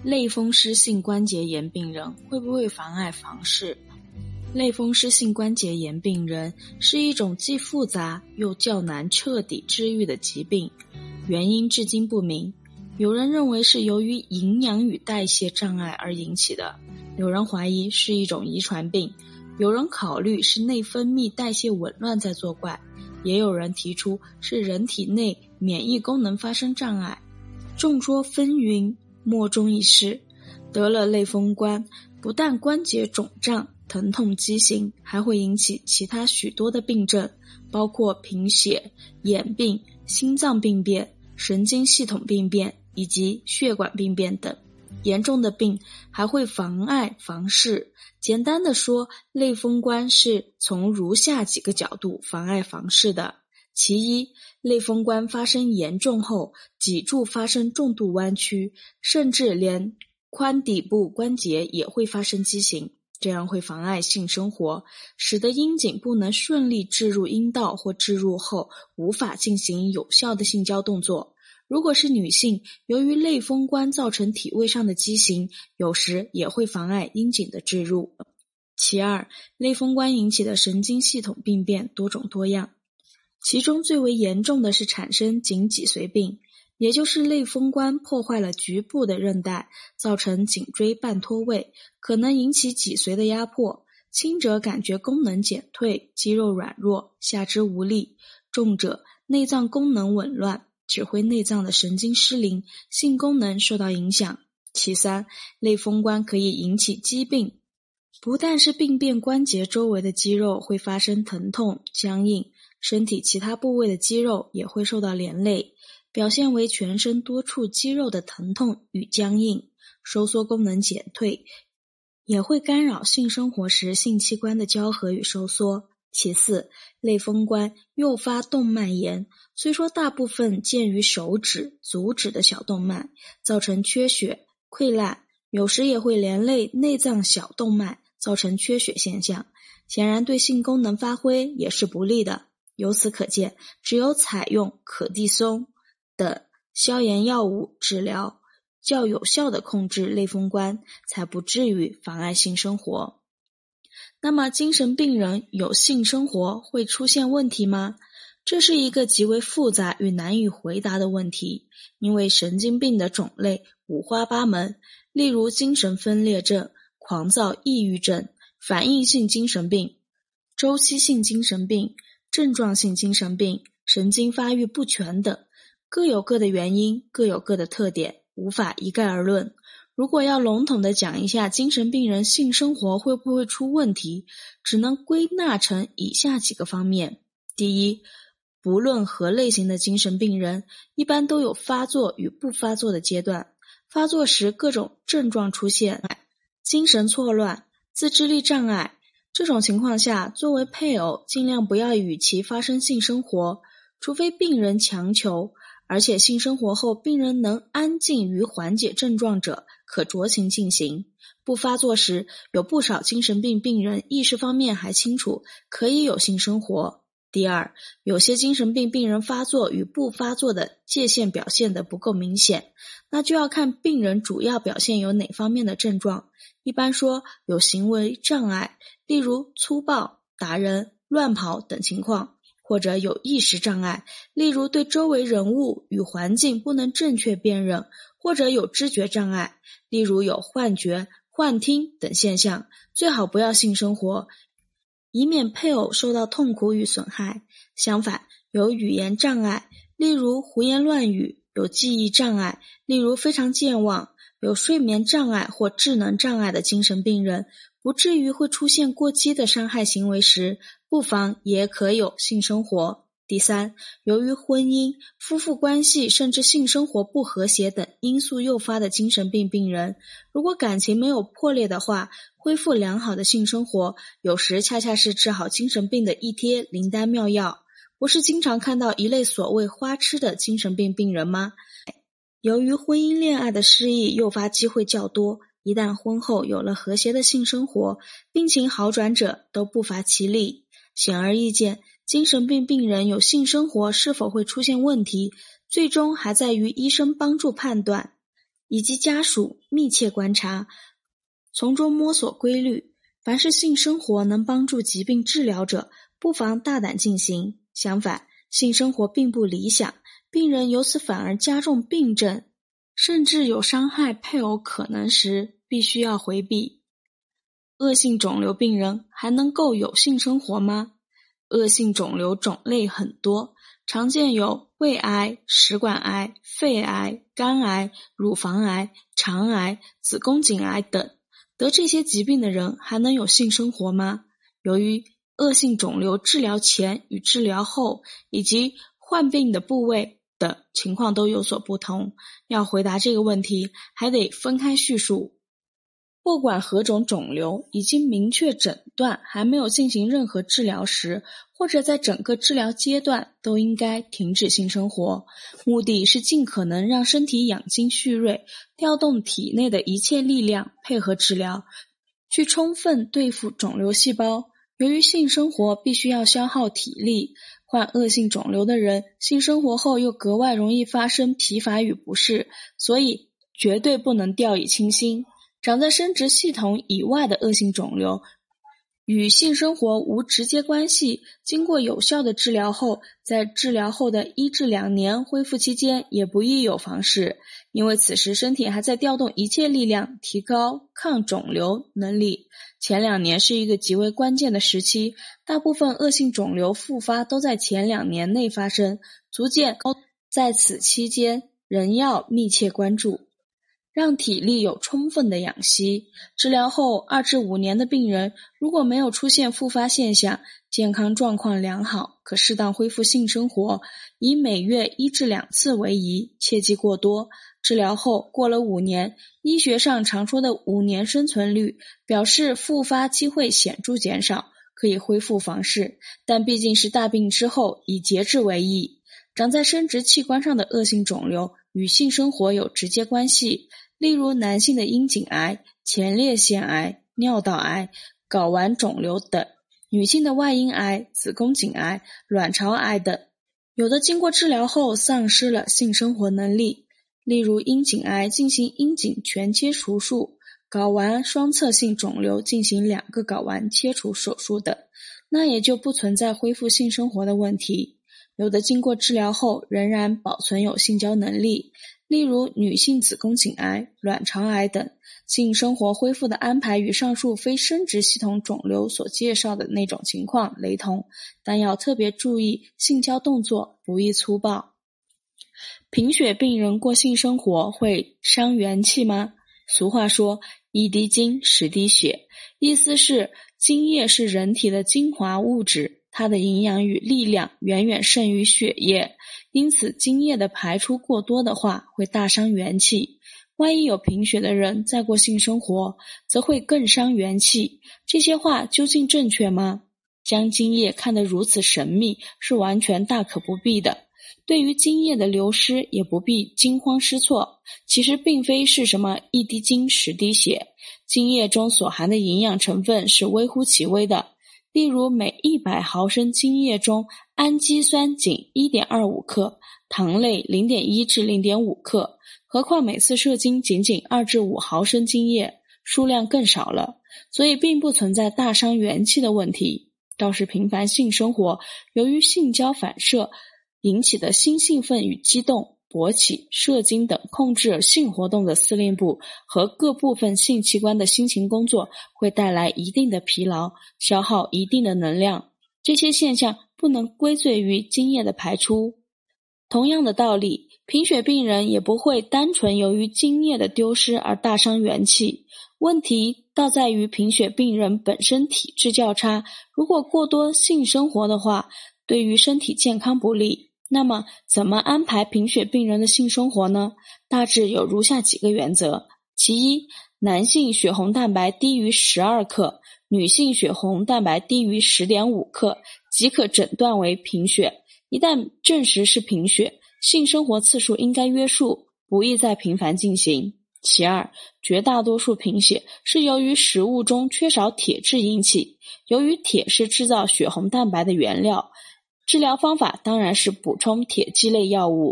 类风湿性关节炎病人会不会妨碍房事？类风湿性关节炎病人是一种既复杂又较难彻底治愈的疾病，原因至今不明。有人认为是由于营养与代谢障碍而引起的，有人怀疑是一种遗传病，有人考虑是内分泌代谢紊乱在作怪，也有人提出是人体内免疫功能发生障碍。众说纷纭，莫衷一是。得了类风关，不但关节肿胀、疼痛畸形，还会引起其他许多的病症，包括贫血、眼病、心脏病变、神经系统病变以及血管病变等。严重的病还会妨碍房事。简单的说，类风关是从如下几个角度妨碍房事的。其一，类风关发生严重后，脊柱发生重度弯曲，甚至连髋底部关节也会发生畸形，这样会妨碍性生活，使得阴茎不能顺利置入阴道或置入后无法进行有效的性交动作。如果是女性，由于类风关造成体位上的畸形，有时也会妨碍阴茎的置入。其二，类风关引起的神经系统病变多种多样，其中最为严重的是产生颈脊髓病，也就是类风关破坏了局部的韧带，造成颈椎半脱位，可能引起脊髓的压迫，轻者感觉功能减退，肌肉软弱，下肢无力，重者内脏功能紊乱，指挥内脏的神经失灵，性功能受到影响。其三，类风关可以引起肌病，不但是病变关节周围的肌肉会发生疼痛、僵硬，身体其他部位的肌肉也会受到连累，表现为全身多处肌肉的疼痛与僵硬，收缩功能减退，也会干扰性生活时性器官的交合与收缩。其四，类风关诱发动脉炎，虽说大部分见于手指、足趾的小动脉，造成缺血、溃烂，有时也会连累内脏小动脉，造成缺血现象，显然对性功能发挥也是不利的。由此可见，只有采用可地松等消炎药物治疗，较有效的控制类风关，才不至于妨碍性生活。那么精神病人有性生活会出现问题吗？这是一个极为复杂与难以回答的问题，因为神经病的种类五花八门，例如精神分裂症、狂躁抑郁症、反应性精神病、周期性精神病、症状性精神病、神经发育不全等，各有各的原因，各有各的特点，无法一概而论。如果要笼统地讲一下精神病人性生活会不会出问题，只能归纳成以下几个方面。第一，不论何类型的精神病人，一般都有发作与不发作的阶段。发作时各种症状出现，精神错乱、自制力障碍，这种情况下，作为配偶尽量不要与其发生性生活，除非病人强求，而且性生活后病人能安静与缓解症状者，可酌情进行。不发作时，有不少精神病病人意识方面还清楚，可以有性生活。第二，有些精神病病人发作与不发作的界限表现得不够明显，那就要看病人主要表现有哪方面的症状。一般说，有行为障碍，例如粗暴、打人、乱跑等情况，或者有意识障碍，例如对周围人物与环境不能正确辨认，或者有知觉障碍，例如有幻觉、幻听等现象，最好不要性生活，以免配偶受到痛苦与损害。相反，有语言障碍，例如胡言乱语，有记忆障碍，例如非常健忘，有睡眠障碍或智能障碍的精神病人，不至于会出现过激的伤害行为时，不妨也可有性生活。第三，由于婚姻、夫妇关系甚至性生活不和谐等因素诱发的精神病病人，如果感情没有破裂的话，恢复良好的性生活，有时恰恰是治好精神病的一贴灵丹妙药。不是经常看到一类所谓花痴的精神病病人吗？由于婚姻恋爱的失意诱发机会较多，一旦婚后有了和谐的性生活，病情好转者都不乏其例。显而易见，精神病病人有性生活是否会出现问题，最终还在于医生帮助判断。 以及家属密切观察，从中摸索规律。凡是性生活能帮助疾病治疗者，不妨大胆进行。相反，性生活并不理想，病人由此反而加重病症，甚至有伤害配偶可能时，必须要回避。恶性肿瘤病人还能够有性生活吗？恶性肿瘤种类很多，常见有胃癌、食管癌、肺癌、肝癌、乳房癌、肠癌、子宫颈癌等。得这些疾病的人还能有性生活吗？由于恶性肿瘤治疗前与治疗后以及患病的部位等情况都有所不同，要回答这个问题还得分开叙述。不管何种肿瘤，已经明确诊断还没有进行任何治疗时，或者在整个治疗阶段，都应该停止性生活。目的是尽可能让身体养精蓄锐，调动体内的一切力量配合治疗，去充分对付肿瘤细胞。由于性生活必须要消耗体力，患恶性肿瘤的人性生活后又格外容易发生疲乏与不适，所以绝对不能掉以轻心。长在生殖系统以外的恶性肿瘤与性生活无直接关系，经过有效的治疗后，在治疗后的1至2年恢复期间也不宜有房事，因为此时身体还在调动一切力量提高抗肿瘤能力。前2年是一个极为关键的时期，大部分恶性肿瘤复发都在前2年内发生，足见在此期间仍要密切关注，让体力有充分的养息。治疗后2至5年的病人，如果没有出现复发现象，健康状况良好，可适当恢复性生活，以每月1至2次为宜，切忌过多。治疗后过了5年，医学上常说的5年生存率，表示复发机会显著减少，可以恢复房事，但毕竟是大病之后，以节制为宜。长在生殖器官上的恶性肿瘤与性生活有直接关系，例如男性的阴茎癌、前列腺癌、尿道癌、睾丸肿瘤等，女性的外阴癌、子宫颈癌、卵巢癌等。有的经过治疗后丧失了性生活能力，例如阴茎癌进行阴茎全切除术，睾丸双侧性肿瘤进行2个睾丸切除手术等，那也就不存在恢复性生活的问题。有的经过治疗后仍然保存有性交能力，例如女性子宫颈癌、卵巢癌等。性生活恢复的安排与上述非生殖系统肿瘤所介绍的那种情况雷同，但要特别注意性交动作不宜粗暴。贫血病人过性生活会伤元气吗？俗话说1滴精10滴血，意思是精液是人体的精华物质，它的营养与力量远远胜于血液，因此精液的排出过多的话会大伤元气。万一有贫血的人再过性生活，则会更伤元气。这些话究竟正确吗？将精液看得如此神秘，是完全大可不必的。对于精液的流失，也不必惊慌失措。其实并非是什么1滴精10滴血，精液中所含的营养成分是微乎其微的。例如每100毫升精液中，氨基酸仅 1.25 克，糖类 0.1 至 0.5 克，何况每次射精仅2至5毫升精液，数量更少了，所以并不存在大伤元气的问题。倒是频繁性生活，由于性交反射引起的新兴奋与激动、勃起、射精等控制性活动的司令部和各部分性器官的辛勤工作，会带来一定的疲劳，消耗一定的能量。这些现象不能归罪于精液的排出。同样的道理，贫血病人也不会单纯由于精液的丢失而大伤元气。问题倒在于贫血病人本身体质较差，如果过多性生活的话，对于身体健康不利。那么怎么安排贫血病人的性生活呢？大致有如下几个原则。其一，男性血红蛋白低于12克，女性血红蛋白低于 10.5 克，即可诊断为贫血。一旦证实是贫血，性生活次数应该约束，不宜再频繁进行。其二，绝大多数贫血是由于食物中缺少铁质引起，由于铁是制造血红蛋白的原料，治疗方法当然是补充铁剂类药物。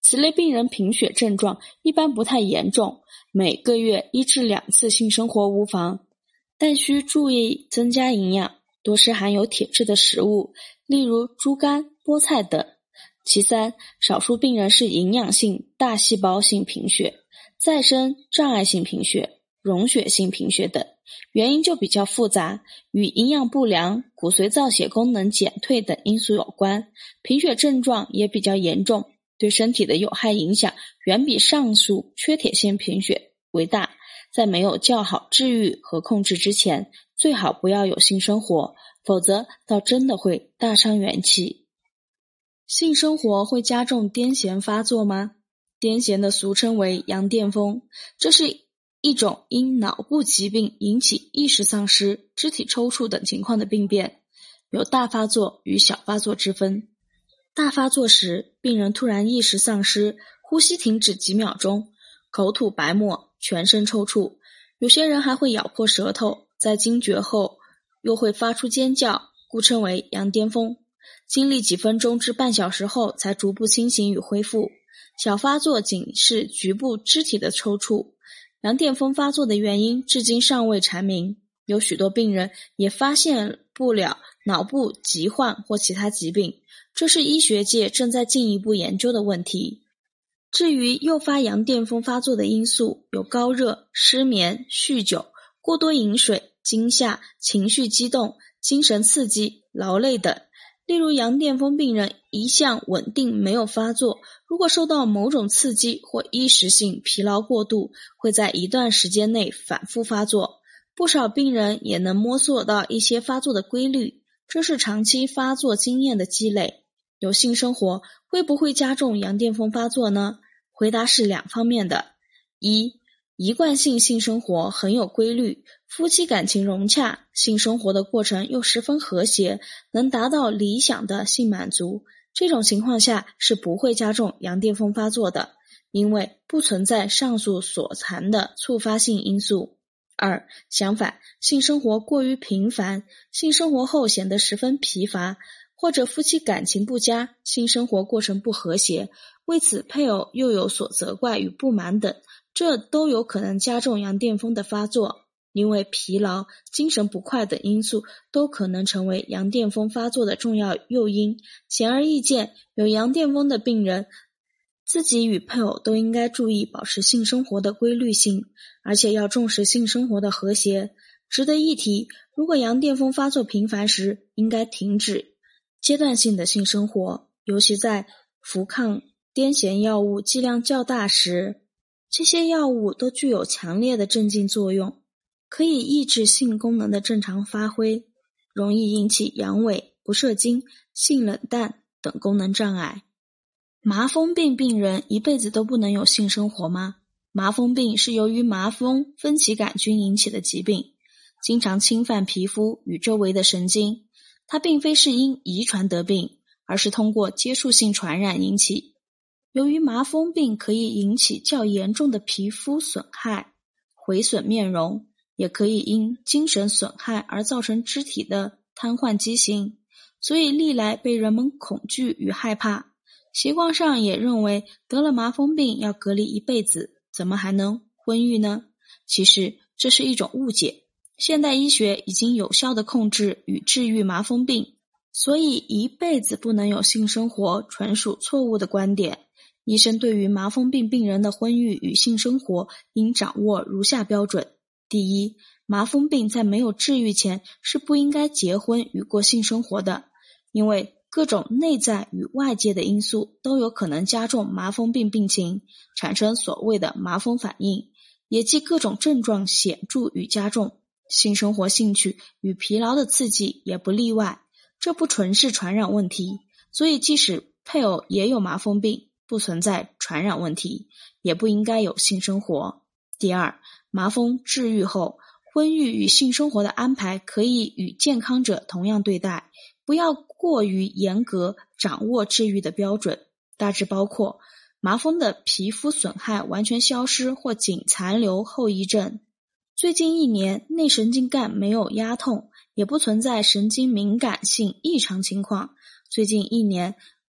此类病人贫血症状一般不太严重，每个月1至2次性生活无妨，但需注意增加营养，多吃含有铁质的食物，例如猪肝、菠菜等。其三，少数病人是营养性大细胞性贫血、再生障碍性贫血、溶血性贫血等，原因就比较复杂，与营养不良、骨髓造血功能减退等因素有关，贫血症状也比较严重，对身体的有害影响远比上述缺铁性贫血为大。在没有较好治愈和控制之前，最好不要有性生活，否则倒真的会大伤元气。性生活会加重癫痫发作吗？癫痫的俗称为羊癫疯，这是一种因脑部疾病引起意识丧失、肢体抽搐等情况的病变，有大发作与小发作之分。大发作时，病人突然意识丧失，呼吸停止几秒钟，口吐白沫，全身抽搐，有些人还会咬破舌头，在惊厥后又会发出尖叫，故称为羊癫疯。经历几分钟至半小时后才逐步清醒与恢复。小发作仅是局部肢体的抽搐，羊癫疯发作的原因至今尚未阐明，有许多病人也发现不了脑部疾患或其他疾病，这是医学界正在进一步研究的问题。至于诱发羊癫疯发作的因素，有高热、失眠、酗酒、过多饮水、惊吓、情绪激动、精神刺激、劳累等。例如羊癫疯病人一向稳定没有发作，如果受到某种刺激或一时性疲劳过度，会在一段时间内反复发作。不少病人也能摸索到一些发作的规律，这是长期发作经验的积累。有性生活会不会加重羊癫疯发作呢？回答是两方面的。一贯性性生活很有规律，夫妻感情融洽，性生活的过程又十分和谐，能达到理想的性满足，这种情况下是不会加重羊癫疯发作的，因为不存在上述所谈的触发性因素。相反，性生活过于频繁，性生活后显得十分疲乏，或者夫妻感情不佳，性生活过程不和谐，为此配偶又有所责怪与不满等，这都有可能加重羊癫疯的发作。因为疲劳、精神不快等因素都可能成为羊癫疯发作的重要诱因。显而易见，有羊癫疯的病人自己与配偶都应该注意保持性生活的规律性，而且要重视性生活的和谐。值得一提，如果羊癫疯发作频繁时，应该停止阶段性的性生活，尤其在服抗癫痫药物剂量较大时。这些药物都具有强烈的镇静作用，可以抑制性功能的正常发挥，容易引起阳痿、不射精、性冷淡等功能障碍。麻风病病人一辈子都不能有性生活吗？麻风病是由于麻风分歧杆菌引起的疾病，经常侵犯皮肤与周围的神经。它并非是因遗传得病，而是通过接触性传染引起。由于麻风病可以引起较严重的皮肤损害、毁损面容，也可以因精神损害而造成肢体的瘫痪畸形，所以历来被人们恐惧与害怕。习惯上也认为得了麻风病要隔离一辈子，怎么还能婚育呢？其实这是一种误解。现代医学已经有效地控制与治愈麻风病，所以一辈子不能有性生活纯属错误的观点。医生对于麻风病病人的婚育与性生活应掌握如下标准。第一，麻风病在没有治愈前是不应该结婚与过性生活的，因为各种内在与外界的因素都有可能加重麻风病病情，产生所谓的麻风反应，也即各种症状显著与加重。性生活兴趣与疲劳的刺激也不例外，这不纯是传染问题，所以即使配偶也有麻风病，不存在传染问题，也不应该有性生活。第二，麻风治愈后，婚育与性生活的安排可以与健康者同样对待，不要过于严格掌握治愈的标准，大致包括麻风的皮肤损害完全消失或仅残留后遗症，最近1年内神经干没有压痛，也不存在神经敏感性异常情况，最近1年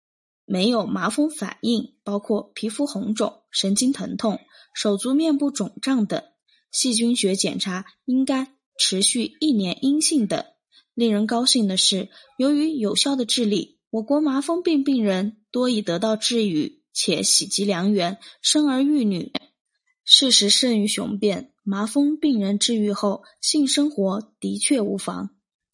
没有麻风反应，包括皮肤红肿、神经疼痛、手足面部肿胀等。细菌学检查应该持续1年阴性等。令人高兴的是，由于有效的治理，我国麻风病病人多已得到治愈，且喜极良缘，生儿育女。事实胜于雄辩，麻风病人治愈后，性生活的确无妨，